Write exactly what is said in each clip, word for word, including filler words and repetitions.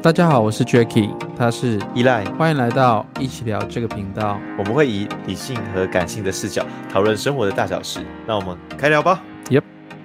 大家好，我是 Jacky， 他是依赖， 欢迎来到一起聊这个频道。 我们会以理性和感性的视角讨论生活的大小事，那我们开聊吧。 Yep。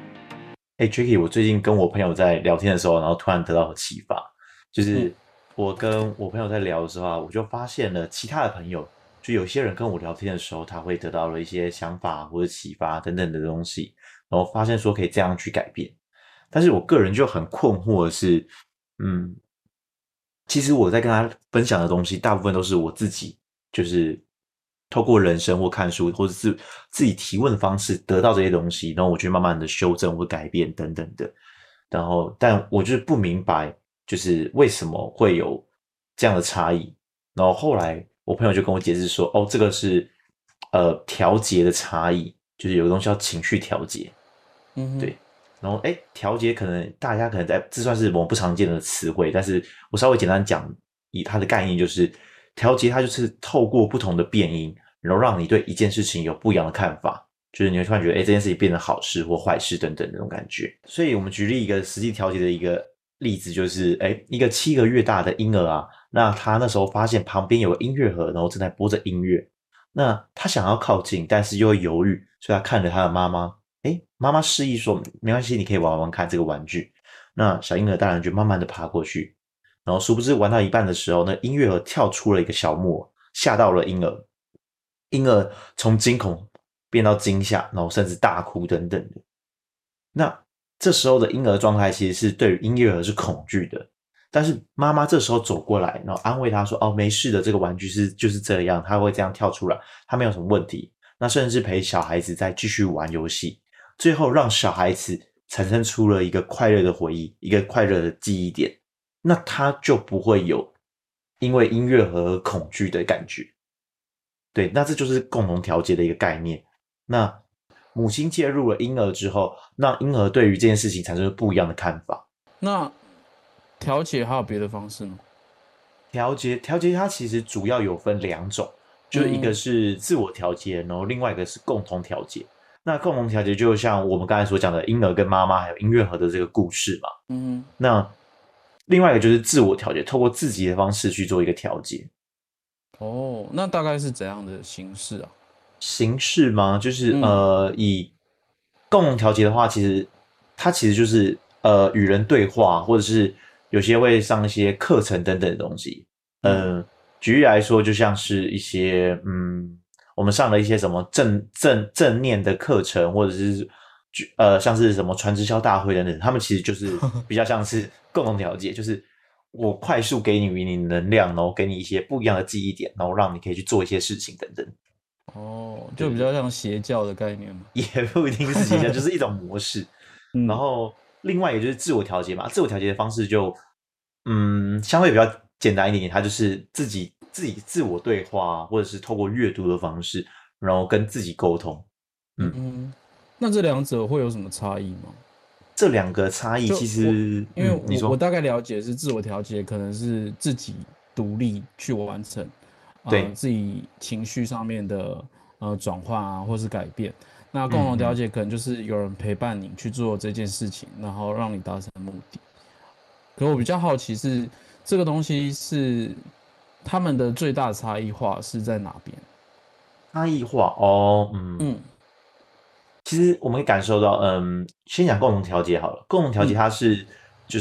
hey Jacky， 我最近跟我朋友在聊天的时候，然后突然得到了启发，就是我跟我朋友在聊的时候啊，我就发现了其他的朋友，就有些人跟我聊天的时候，他会得到了一些想法或者启发等等的东西，然后发现说可以这样去改变。但是我个人就很困惑的是，嗯。其实我在跟他分享的东西，大部分都是我自己，就是透过人生或看书，或者是自己提问的方式得到这些东西，然后我去慢慢的修正或改变等等的。然后，但我就是不明白，就是为什么会有这样的差异。然后后来我朋友就跟我解释说，哦，这个是呃调节的差异，就是有个东西叫情绪调节， 嗯哼， 对。然后，哎，调节可能大家可能在这算是我们不常见的词汇，但是我稍微简单讲，以它的概念就是调节，它就是透过不同的变因，然后让你对一件事情有不一样的看法，就是你会突然觉得，哎，这件事情变成好事或坏事等等那种感觉。所以我们举例一个实际调节的一个例子，就是哎，一个七个月大的婴儿啊，那他那时候发现旁边有个音乐盒，然后正在播着音乐，那他想要靠近，但是又会犹豫，所以他看着他的妈妈。诶，妈妈示意说没关系，你可以玩玩看这个玩具。那小婴儿当然就慢慢的爬过去，然后殊不知玩到一半的时候，那音乐盒跳出了一个小木偶，吓到了婴儿。婴儿从惊恐变到惊吓，然后甚至大哭等等的。那这时候的婴儿状态其实是对于音乐盒是恐惧的，但是妈妈这时候走过来，然后安慰他说：“哦，没事的，这个玩具是就是这样，他会这样跳出来，他没有什么问题。”那甚至是陪小孩子再继续玩游戏。最后让小孩子产生出了一个快乐的回忆，一个快乐的记忆点，那他就不会有因为音乐盒而恐惧的感觉。对，那这就是共同调节的一个概念。那母亲介入了婴儿之后，让婴儿对于这件事情产生了不一样的看法。 那调节还有别的方式吗？ 调节调节它其实主要有分两种，就是一个是自我调节，然后另外一个是共同调节。那共同调节就像我们刚才所讲的婴儿跟妈妈还有音乐盒的这个故事嘛。 嗯， 那另外一个就是自我调节，透过自己的方式去做一个调节。 哦，那大概是怎样的形式啊？ 形式吗？就是嗯呃，以共同调节的话，其实它其实就是呃与人对话，或者是有些会上一些课程等等的东西。嗯、呃，举例来说，就像是一些嗯，我们上了一些什么正正正念的课程，或者是呃像是什么传直销大会等等，他们其实就是比较像是共同调节，就是我快速给你你能量，然后给你一些不一样的记忆点，然后让你可以去做一些事情等等。 哦，就比对对对， 较像邪教的概念嘛。 也不一定是邪教，就是一种模式。然嗯后另外一个就是自我调节嘛，自我调节的方式就嗯相对比较简单一点点，它就是自己自己自我对话，或者是透过阅读的方式，然后跟自己沟通。嗯， 嗯，那这两者会有什么差异吗？ 这两个差异其就我， 实， 因为嗯，你说我我大概了解是自我调节，可能是自己独立去完成，呃， 对， 自己情绪上面的呃转换啊，或是改变。那共嗯嗯。 同调节可能就是有人陪伴你去做这件事情，然后让你达成目的。可我比较好奇是这个东西是他们的最大差异化是在哪边？ 差异化哦，嗯， 嗯其实我们会感受到，嗯，先讲共同调节好了。共同调节嗯它是就是，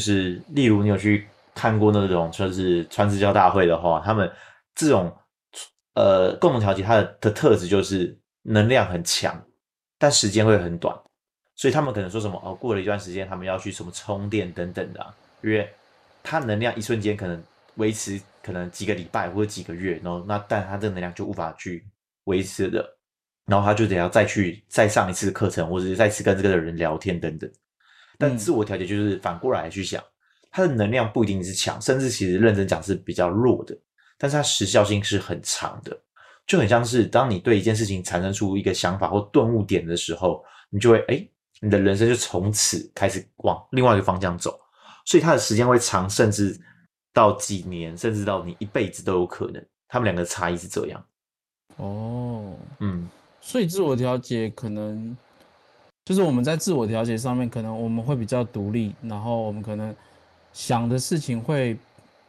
例如你有去看过那种就是传直销大会的话，他们这种呃共同调节它的的特质就是能量很强，但时间会很短，所以他们可能说什么哦，过了一段时间他们要去什么充电等等的啊，因为它能量一瞬间可能维持可能几个礼拜或者几个月，然后那但它这个能量就无法去维持的。然后他就得要再去再上一次课程，或者是再次跟这个人聊天等等。但嗯自我调节就是反过来去想，它的能量不一定是强，甚至其实认真讲是比较弱的，但是它时效性是很长的，就很像是当你对一件事情产生出一个想法或顿悟点的时候，你就会哎，你的人生就从此开始往另外一个方向走，所以它的时间会长，甚至到几年，甚至到你一辈子都有可能。他们两个的差异是这样， 哦， 嗯。 所以自我调节可能就是我们在自我调节上面，可能我们会比较独立，然后我们可能想的事情会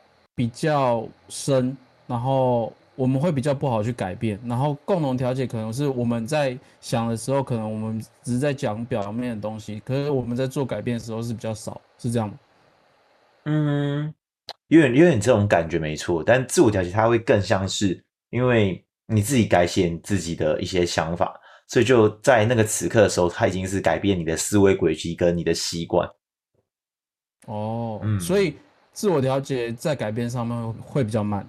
比较深，然后我们会比较不好去改变，然后共同调解可能是我们在想的时候，可能我们只是在讲表面的东西，可是我们在做改变的时候是比较少，是这样吗？ 嗯，有点有点这种感觉没错，但自我调节它会更像是因为你自己改写你自己的一些想法，所以就在那个此刻的时候，它已经是改变你的思维轨迹跟你的习惯。 哦，所嗯， 以自我调节在改变上面会比较慢。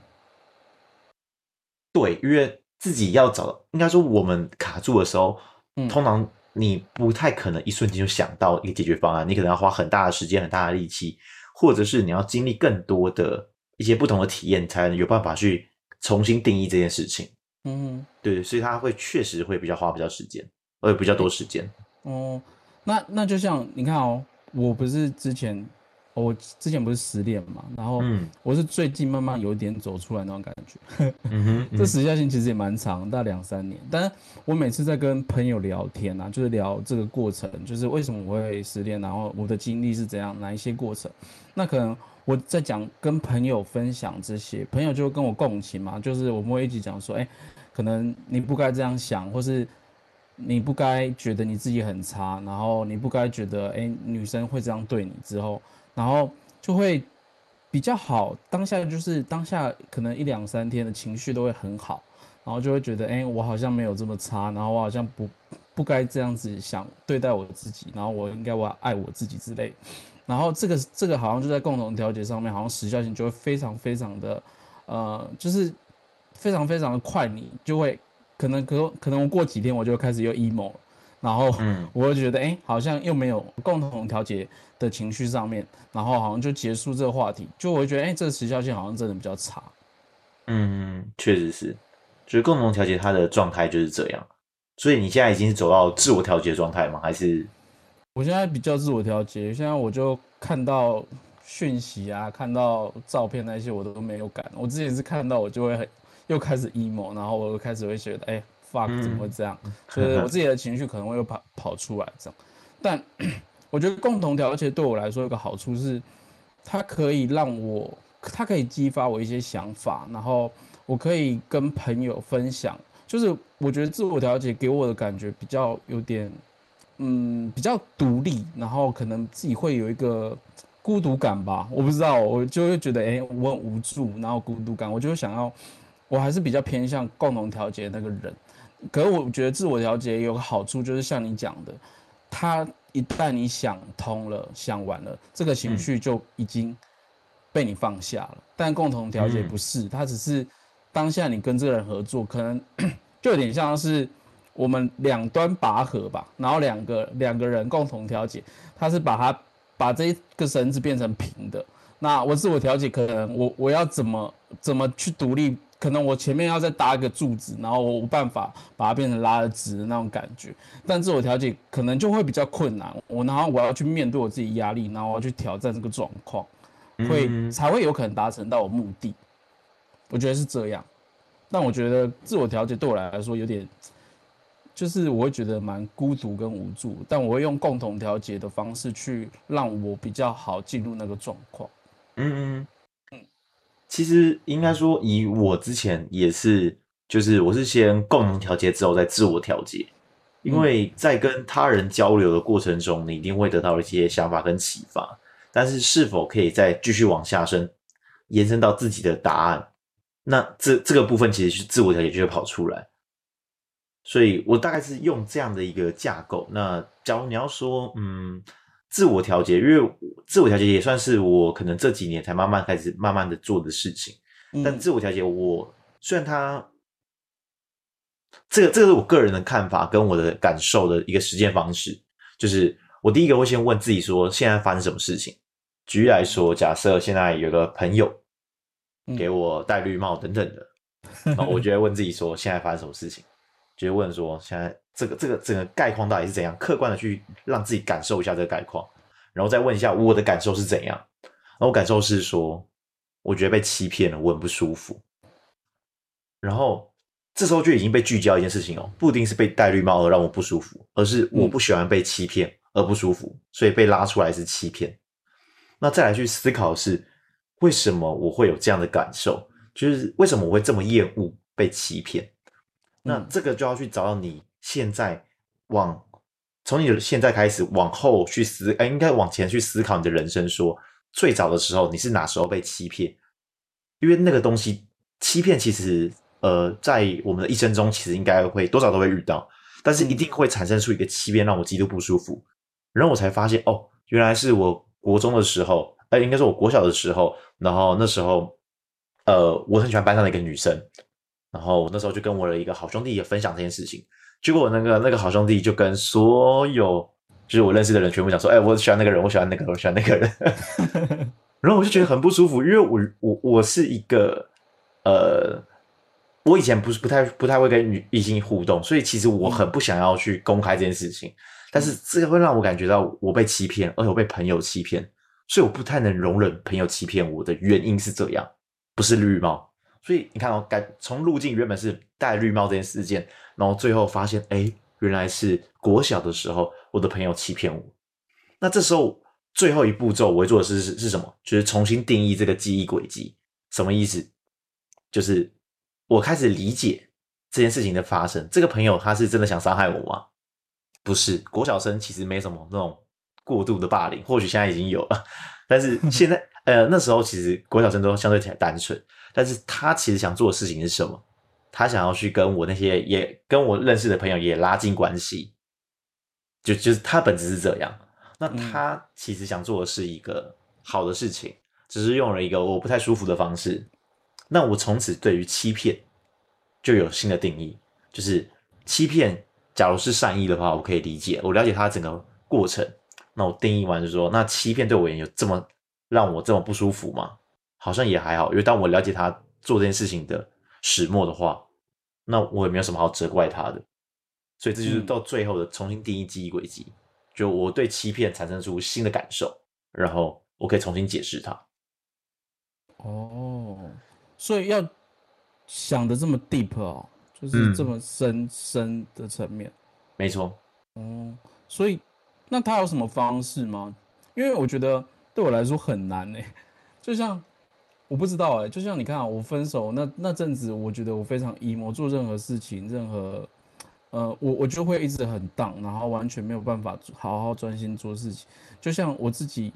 对，因为自己要找，应该说我们卡住的时候， 嗯通常你不太可能一瞬间就想到一个解决方案，你可能要花很大的时间、很大的力气，或者是你要经历更多的一些不同的体验，才能有办法去重新定义这件事情。 嗯对，所以它会确实会比较花比较时间，而且比较多时间。 哦，那那就像你看哦，我不是之前我之前不是失恋嘛，然后嗯我是最近慢慢有一点走出来那种感觉。 嗯哼这嗯时效性其实也蛮长，大概两三年。但是我每次在跟朋友聊天啊，就是聊这个过程，就是为什么我会失恋，然后我的经历是怎样，哪一些过程。那可能我在讲跟朋友分享这些，朋友就会跟我共情嘛，就是我们会一起讲说，哎，可能你不该这样想，或是你不该觉得你自己很差，然后你不该觉得哎女生会这样对你之后，然后就会比较好。当下就是当下可能一两三天的情绪都会很好，然后就会觉得哎我好像没有这么差，然后我好像不不该这样子想对待我自己，然后我应该我要爱我自己之类。然后这个这个好像就在共同调节上面，好像时效性就会非常非常的呃，就是非常非常的快，你就会可能可可能我过几天我就开始又 emo 了，然后嗯我会觉得哎、欸好像又没有共同调节的情绪上面，然后好像就结束这个话题，就我会觉得哎、欸这个时效性好像真的比较差。 嗯，确实是，就是共同调节它的状态就是这样。所以你现在已经是走到自我调节的状态吗？还是我现在比较自我调节，现在我就看到讯息啊，看到照片那些我都没有感。我之前是看到我就会很又开始 emo，然后我又开始会觉得，哎、欸、，fuck，怎么会嗯这样？就是我自己的情绪可能会又跑跑出来这样。但我觉得共同调节对我来说有个好处是，它可以让我，它可以激发我一些想法，然后我可以跟朋友分享。就是我觉得自我调节给我的感觉比较有点嗯，比较独立，然后可能自己会有一个孤独感吧，我不知道，我就会觉得，哎、欸我很无助，然后孤独感，我就会想要，我还是比较偏向共同调节那个人。可是我觉得自我调节有个好处，就是像你讲的，他一旦你想通了、想完了，这个情嗯绪就已经被你放下了。但共同调节嗯不是，它只是当下你跟这个人合作，可能就有点像是我们两端拔河吧，然后两个两个人共同调节，他是把它把这个绳子变成平的。那我自我调节，可能我我要怎么怎么去独立？可能我前面要再搭一个柱子，然后我无办法把它变成拉得直的那种感觉。但自我调节可能就会比较困难，我然后我要去面对我自己压力，然后我要去挑战这个状况，会嗯， 才会有可能达成到我目的。我觉得是这样。但我觉得自我调节对我来说有点，就是我会觉得蛮孤独跟无助，但我会用共同调节的方式去让我比较好进入那个状况。 嗯嗯，其实应该说，以我之前也是，就是我是先共同调节之后再自我调节，因嗯为在跟他人交流的过程中，你一定会得到一些想法跟启发，但是是否可以再继续往下深，延伸到自己的答案，那这这个部分其实是自我调节就会跑出来。所以我大概是用这样的一个架构。那假如你要说，嗯，自我调节，因为自我调节也算是我可能这几年才慢慢开始慢慢的做的事情。但嗯自我调节我，虽然它这个这个是我个人的看法跟我的感受的一个实践方式，就是我第一个会先问自己说，现在发生什么事情？举例来说，假设现在有个朋友给嗯我戴绿帽等等的，然后我就会问自己说，现在发生什么事情？就会问说，现在这个这个整个概况到底是怎样？客观的去让自己感受一下这个概况，然后再问一下我的感受是怎样。然后我感受是说，我觉得被欺骗了，我很不舒服。然后这时候就已经被聚焦一件事情哦，不一定是被戴绿帽而让我不舒服，而是我不喜欢被欺骗而不舒服，所以被拉出来是欺骗。那再来去思考的是， 为什么我会有这样的感受，就是为什么我会这么厌恶被欺骗。那这个就要去找到你现在往从你的现在开始往后去思，哎，应该往前去思考你的人生说，最早的时候你是哪时候被欺骗？因为那个东西，欺骗其实呃，在我们的一生中，其实应该会多少都会遇到，但是一定会产生出一个欺骗让我极度不舒服。然后我才发现，哦，原来是我国中的时候，呃，应该是我国小的时候，然后那时候，呃，我很喜欢班上的一个女生，然后我那时候就跟我的一个好兄弟也分享这件事情，结果那个那个好兄弟就跟所有就是我认识的人全部讲说，哎，我喜欢那个人，我喜欢那个，我喜欢那个人。然后我就觉得很不舒服，因为我我我是一个呃，我以前不是不太不太会跟女异性互动，所以其实我很不想要去公开这件事情。嗯、但是这个会让我感觉到我被欺骗，而且我被朋友欺骗，所以我不太能容忍朋友欺骗我的原因是这样，不是绿帽。所以你看哦，感从路径原本是戴绿帽这件事件，然后最后发现，哎，原来是国小的时候我的朋友欺骗我。那这时候最后一步骤我会做的是是是什么？就是重新定义这个记忆轨迹。什么意思？就是我开始理解这件事情的发生。这个朋友他是真的想伤害我吗？不是，国小生其实没什么那种过度的霸凌，或许现在已经有了，但是现在呃那时候其实国小生都相对起来单纯。但是他其实想做的事情是什么？他想要去跟我那些也跟我认识的朋友也拉近关系，就就是他本质是这样。那他其实想做的是一个好的事情，只是用了一个我不太舒服的方式。那我从此对于欺骗就有新的定义，就是欺骗，假如是善意的话，我可以理解，我了解它整个过程。那我定义完就说，那欺骗对我而言有这么让我这么不舒服吗？好像也还好，因为当我了解他做这件事情的始末的话，那我也没有什么好责怪他的。所以这就是到最后的重新定义记忆轨迹，嗯、就我对欺骗产生出新的感受，然后我可以重新解释它。 哦，所以要想的这么 deep 哦，就是这么深、嗯、深的层面。 没错。 哦，所以那他有什么方式吗？因为我觉得对我来说很难诶，就像我不知道诶，就像你看啊，我分手那那阵子，我觉得我非常 emo，做任何事情，任何呃，我我就会一直很 down，然后完全没有办法好好专心做事情。就像我自己，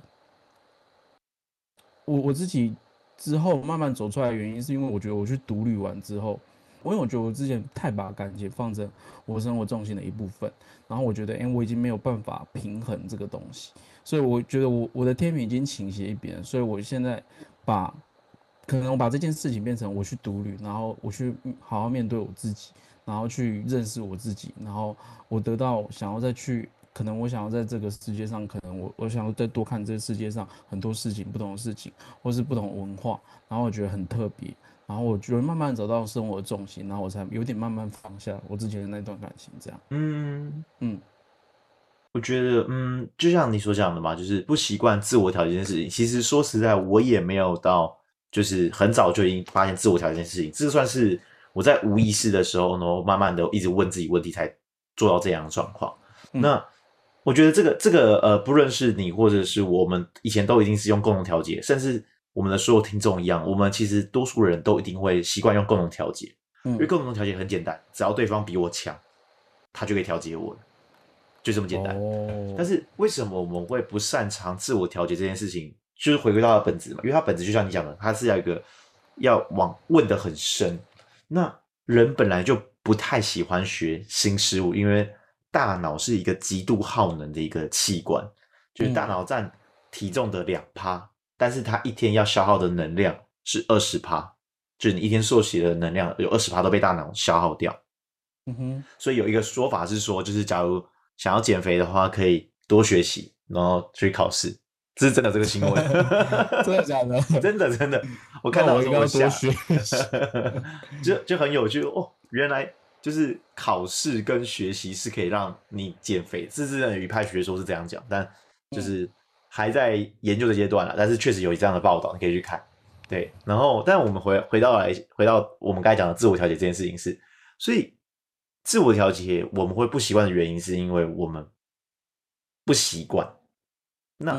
我我自己之后慢慢走出来的原因，是因为我觉得我去独旅完之后，因为我觉得我之前太把感情放成我生活重心的一部分，然后我觉得，哎、欸，我已经没有办法平衡这个东西，所以我觉得我我的天平已经倾斜一边，所以我现在把可能我把这件事情变成我去独旅，然后我去好好面对我自己，然后去认识我自己，然后我得到想要再去。可能我想要在这个世界上，可能我我想要再多看这个世界上很多事情，不同的事情，或是不同的文化，然后我觉得很特别，然后我觉得慢慢找到生活的重心，然后我才有点慢慢放下我之前的那段感情，这样。 嗯嗯，我觉得嗯，就像你所讲的嘛，就是不习惯自我调节这件事情。其实说实在，我也没有到就是很早就已经发现自我调节这件事情，这算是我在无意识的时候，然后慢慢的一直问自己问题，才做到这样的状况。嗯、那我觉得这个这个呃，不论是你或者是我们以前都一定是用共同调节，甚至我们的所有听众一样，我们其实多数人都一定会习惯用共同调节，嗯、因为共同调节很简单，只要对方比我强，他就可以调节我了，就这么简单。哦、但是为什么我们会不擅长自我调节这件事情？就是回归到它的本质嘛，因为它本质就像你讲的，它是要一个要往问得很深。那人本来就不太喜欢学新事物，因为大脑是一个极度耗能的一个器官，就是大脑占体重的两趴，但是它一天要消耗的能量是二十趴，就是你一天摄取的能量有二十趴都被大脑消耗掉。嗯哼，所以有一个说法是说，就是假如想要减肥的话，可以多学习，然后去考试。这是真的，这个新闻真的假的？ 真的真的，我看到的时候我吓， 多学就就很有趣哦，原来就是考试跟学习是可以让你减肥，这是有一派学说是这样讲，但就是还在研究的阶段了，但是确实有这样的报道，你可以去看。对，然后但我们回回到来回到我们刚才讲的自我调节这件事情是，所以自我调节我们会不习惯的原因是因为我们不习惯。那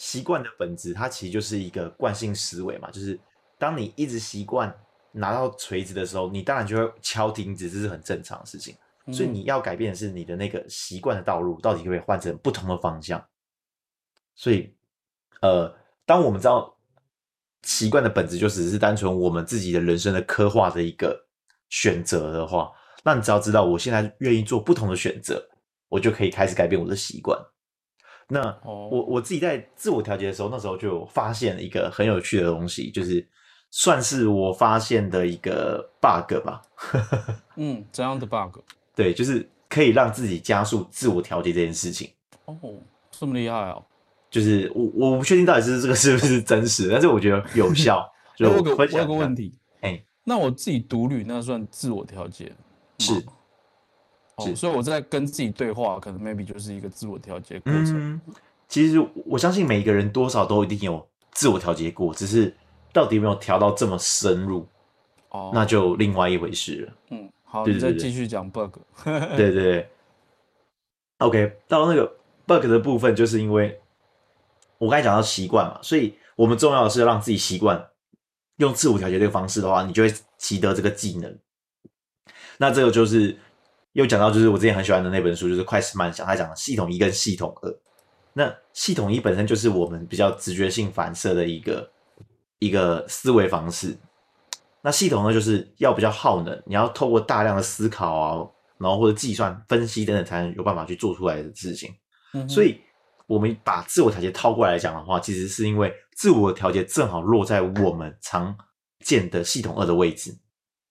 习惯的本质，它其实就是一个惯性思维嘛，就是当你一直习惯拿到锤子的时候，你当然就会敲钉子，这是很正常的事情。所以你要改变的是你的那个习惯的道路，到底可不可以换成不同的方向？所以，呃，当我们知道习惯的本质就只是单纯我们自己的人生的刻画的一个选择的话，那你只要知道我现在愿意做不同的选择，我就可以开始改变我的习惯。那哦， 我我自己在自我调节的时候，那时候就有发现一个很有趣的东西，就是算是我发现的一个 bug 吧。 嗯，怎样的 bug？ 对，就是可以让自己加速自我调节这件事情。 哦，这么厉害哦！ 就是我我不确定到底是这个是不是真实的，但是我觉得有效， 哎、 就我有个分享一下。 我有个问题， 哎， 那我自己独旅那算自我调节吗？ 是哦， 是， 所以我在跟自己对话，可能 maybe 就是一个自我调节过程。 嗯，其实我相信每一个人多少都一定有自我调节过，只是到底有没有调到这么深入，那哦， 就另外一回事了。 嗯，好，你再对对对对继续讲 bug。 对对对，OK，到那个 bug 的部分，就是因为我刚才讲到习惯嘛，所以我们重要的是要让自己习惯用自我调节这个方式的话，你就会习得这个技能。那这个就是又讲到，就是我之前很喜欢的那本书，就是快思慢想，他讲系统一跟系统二。那系统一本身就是我们比较直觉性反射的一个一个思维方式。那系统二就是要比较耗能，你要透过大量的思考啊，然后或者计算、分析等等，才能有办法去做出来的事情。 嗯、 所以，我们把自我调节套过来讲的话，其实是因为自我调节正好落在我们常见的系统二的位置。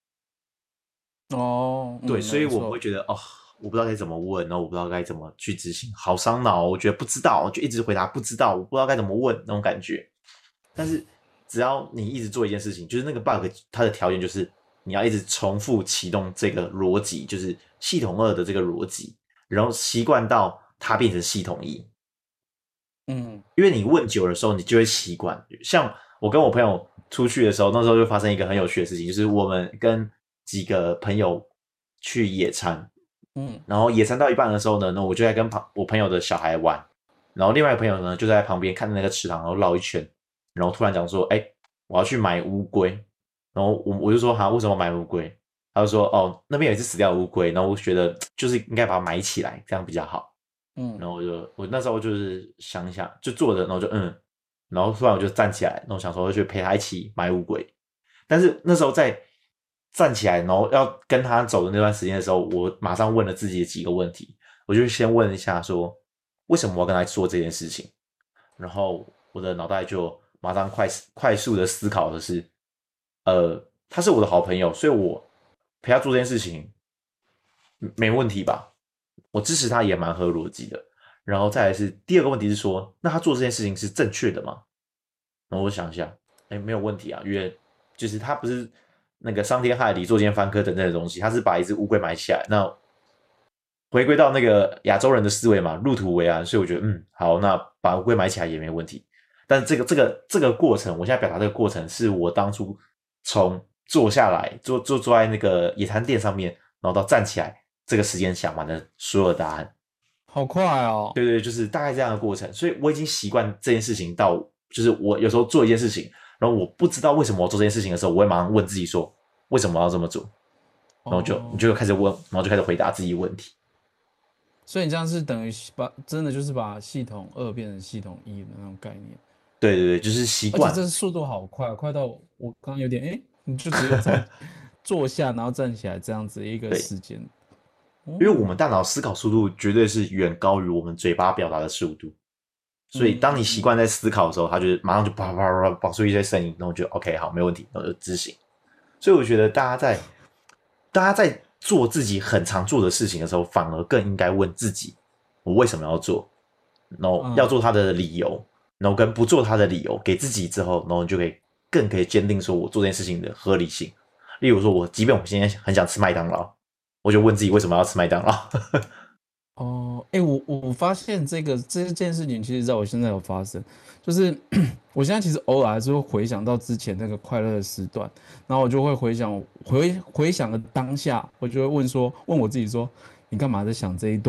哦，嗯、 对，所以我们没错会觉得哦，我不知道该怎么问，然后我不知道该怎么去执行，好伤脑。我觉得不知道，就一直回答不知道，我不知道该怎么问那种感觉。但是只要你一直做一件事情，就是那个 bug 它的条件就是你要一直重复启动这个逻辑，就是系统二的这个逻辑，然后习惯到它变成系统一。 嗯因为你问久的时候，你就会习惯。像我跟我朋友出去的时候，那时候就发生一个很有趣的事情，就是我们跟几个朋友去野餐， 嗯然后野餐到一半的时候呢，那我就在跟旁我朋友的小孩玩，然后另外一个朋友呢就在旁边看着那个池塘，然后绕一圈，然后突然讲说：“哎，我要去买乌龟。”然后我我就说：“哈，为什么买乌龟？”他就说：“哦，那边有一只死掉的乌龟，然后我觉得就是应该把它埋起来，这样比较好。” 嗯， 然后我就我那时候就是想一想，就坐着，然后就嗯，然后突然我就站起来，然后想说去陪他一起买乌龟。但是那时候在站起来，然后要跟他走的那段时间的时候，我马上问了自己的几个问题。我就先问一下说，为什么我要跟他做这件事情？然后我的脑袋就马上快快速的思考的是，呃，他是我的好朋友，所以我陪他做这件事情没问题吧？我支持他也蛮合逻辑的。然后再来是第二个问题是说，那他做这件事情是正确的吗？然后我想一下，哎，没有问题啊，因为就是他不是那个伤天害理、作奸犯科等等的东西，他是把一只乌龟埋起来。那回归到那个亚洲人的思维嘛，入土为安，所以我觉得嗯好，那把乌龟埋起来也没问题。但是这个这个这个过程，我现在表达这个过程，是我当初从坐下来坐坐坐在那个野餐垫上面，然后到站起来这个时间想完的所有的答案。 好快哦。 对对，就是大概这样的过程，所以我已经习惯这件事情到，就是我有时候做一件事情，然后我不知道为什么我做这件事情的时候，我会马上问自己说，为什么我要这么做？然后就、 哦你就开始问，然后就开始回答自己问题。 所以你这样是等于把真的就是把系统二变成系统一的那种概念， 对对对，就是习而且惯。 这速度好快，快到我刚刚有点哎、诶你就只有站坐下，然后站起来这样子一个对， 时间。哦， 因为我们大脑思考速度绝对是远高于我们嘴巴表达的速度，所以当你嗯嗯嗯， 习惯在思考的时候，它就马上就啪啪啪啪跑出一些声音，然后就 OK 好，没问题，然后就执行。所以我觉得大家在大家在做自己很常做的事情的时候，反而更应该问自己：我为什么要做？然后要做它的理由，然后跟不做它的理由给自己之后，然后你就可以更可以坚定说我做这件事情的合理性。例如说，我即便我现在很想吃麦当劳，我就问自己为什么要吃麦当劳。 哦，哎、我我发现这个这件事情，其实在我现在有发生，就是我现在其实偶尔还是会回想到之前那个快乐的时段，然后我就会回想回回想的当下，我就会问说，问我自己说，你干嘛在想这一段？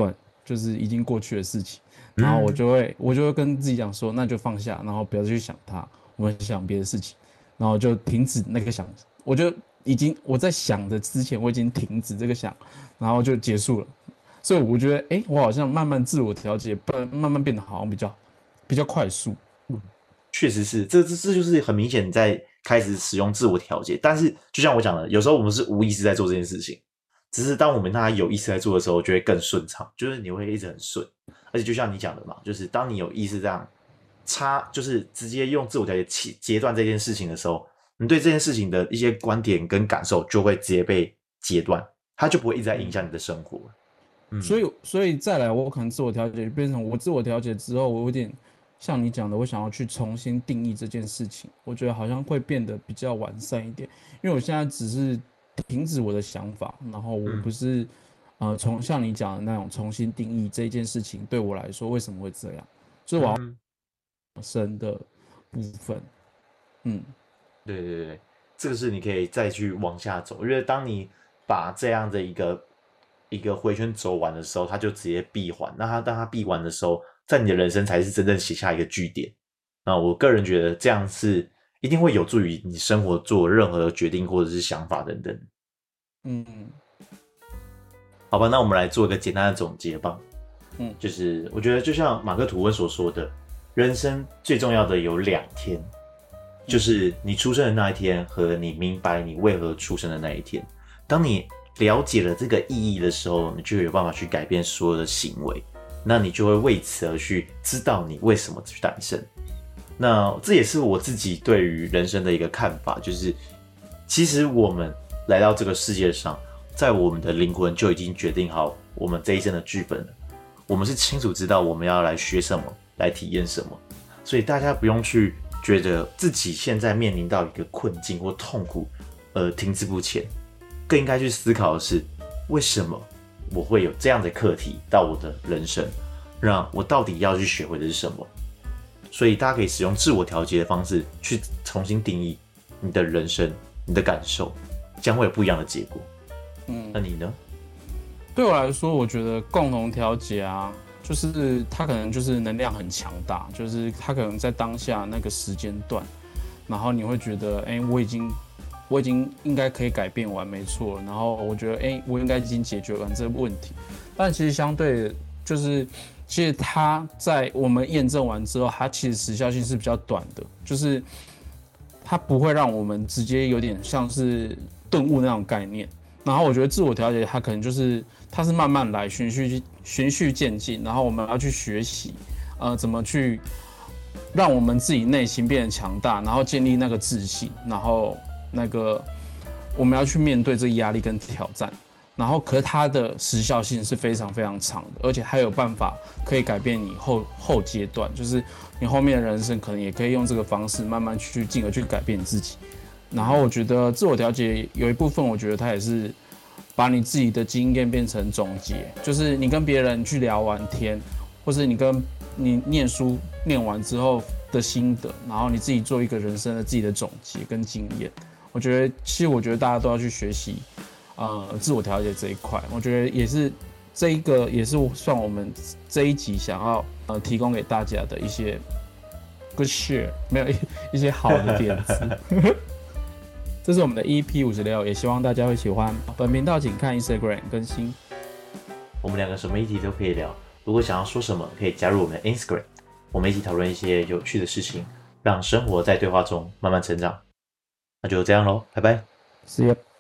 就是已经过去的事情，然后我嗯就会我就会跟自己讲说，那就放下，然后不要去想它，我们想别的事情，然后就停止那个想，我就已经我在想的之前我已经停止这个想，然后就结束了。所以我觉得，哎，我好像慢慢自我调节，不慢慢变得好像比较比较快速。 确实是，这这这就是很明显你在开始使用自我调节。但是就像我讲的，有时候我们是无意识在做这件事情，只是当我们让它有意识在做的时候，就会更顺畅，就是你会一直很顺。而且就像你讲的嘛，就是当你有意识这样插，就是直接用自我调节切截断这件事情的时候，你对这件事情的一些观点跟感受就会直接被截断，它就不会一直在影响你的生活。嗯， 所以，所以再来，我可能自我调节变成我自我调节之后，我有点像你讲的，我想要去重新定义这件事情，我觉得好像会变得比较完善一点，因为我现在只是停止我的想法，然后我不是、嗯、呃从像你讲的那种重新定义这件事情对我来说为什么会这样，所以我要深的部分，嗯， 对对对，这个是你可以再去往下走，因为当你把这样的一个一个回圈走完的时候，它就直接闭环。那它当它闭完的时候，在你的人生才是真正写下一个句点。那我个人觉得这样是一定会有助于你生活做任何的决定或者是想法等等。 嗯， 好吧，那我们来做一个简单的总结吧。 嗯， 就是我觉得就像马克吐温所说的，人生最重要的有两天，就是你出生的那一天和你明白你为何出生的那一天。当你了解了这个意义的时候，你就有办法去改变所有的行为，那你就会为此而去知道你为什么去诞生。那这也是我自己对于人生的一个看法，就是其实我们来到这个世界上，在我们的灵魂就已经决定好我们这一生的剧本了。我们是清楚知道我们要来学什么，来体验什么，所以大家不用去觉得自己现在面临到一个困境或痛苦而停滞不前，更应该去思考的是，为什么我会有这样的课题到我的人生，让我到底要去学会的是什么。所以大家可以使用自我调节的方式去重新定义你的人生，你的感受将会有不一样的结果。嗯，那你呢？ 对我来说，我觉得共同调节啊，就是它可能就是能量很强大，就是它可能在当下那个时间段，然后你会觉得，哎，我已经我已经应该可以改变完，没错。然后我觉得，哎，我应该已经解决完这个问题。但其实相对就是，其实它在我们验证完之后，它其实时效性是比较短的，就是它不会让我们直接有点像是顿悟那种概念。然后我觉得自我调节，它可能就是它是慢慢来，循序循序渐进，然后我们要去学习，呃，怎么去让我们自己内心变得强大，然后建立那个自信，然后那个我们要去面对这个压力跟挑战。然后，可是它的时效性是非常非常长的，而且还有办法可以改变你后后阶段，就是你后面的人生可能也可以用这个方式慢慢去进而去改变你自己。然后我觉得自我调节有一部分，我觉得它也是把你自己的经验变成总结，就是你跟别人去聊完天，或是你跟你念书念完之后的心得，然后你自己做一个人生的自己的总结跟经验。我觉得其实我觉得大家都要去学习，呃，自我调节这一块，我觉得也是这一个也是算我们这一集想要呃提供给大家的一些 good share， 没有 一, 一些好的点子。这是我们的 E P 五十六，也希望大家会喜欢。本频道请看 Instagram 更新。 我们两个什么议题都可以聊，如果想要说什么，可以加入我们的 Instagram， 我们一起讨论一些有趣的事情，让生活在对话中慢慢成长。那就这样咯，拜拜。 See ya。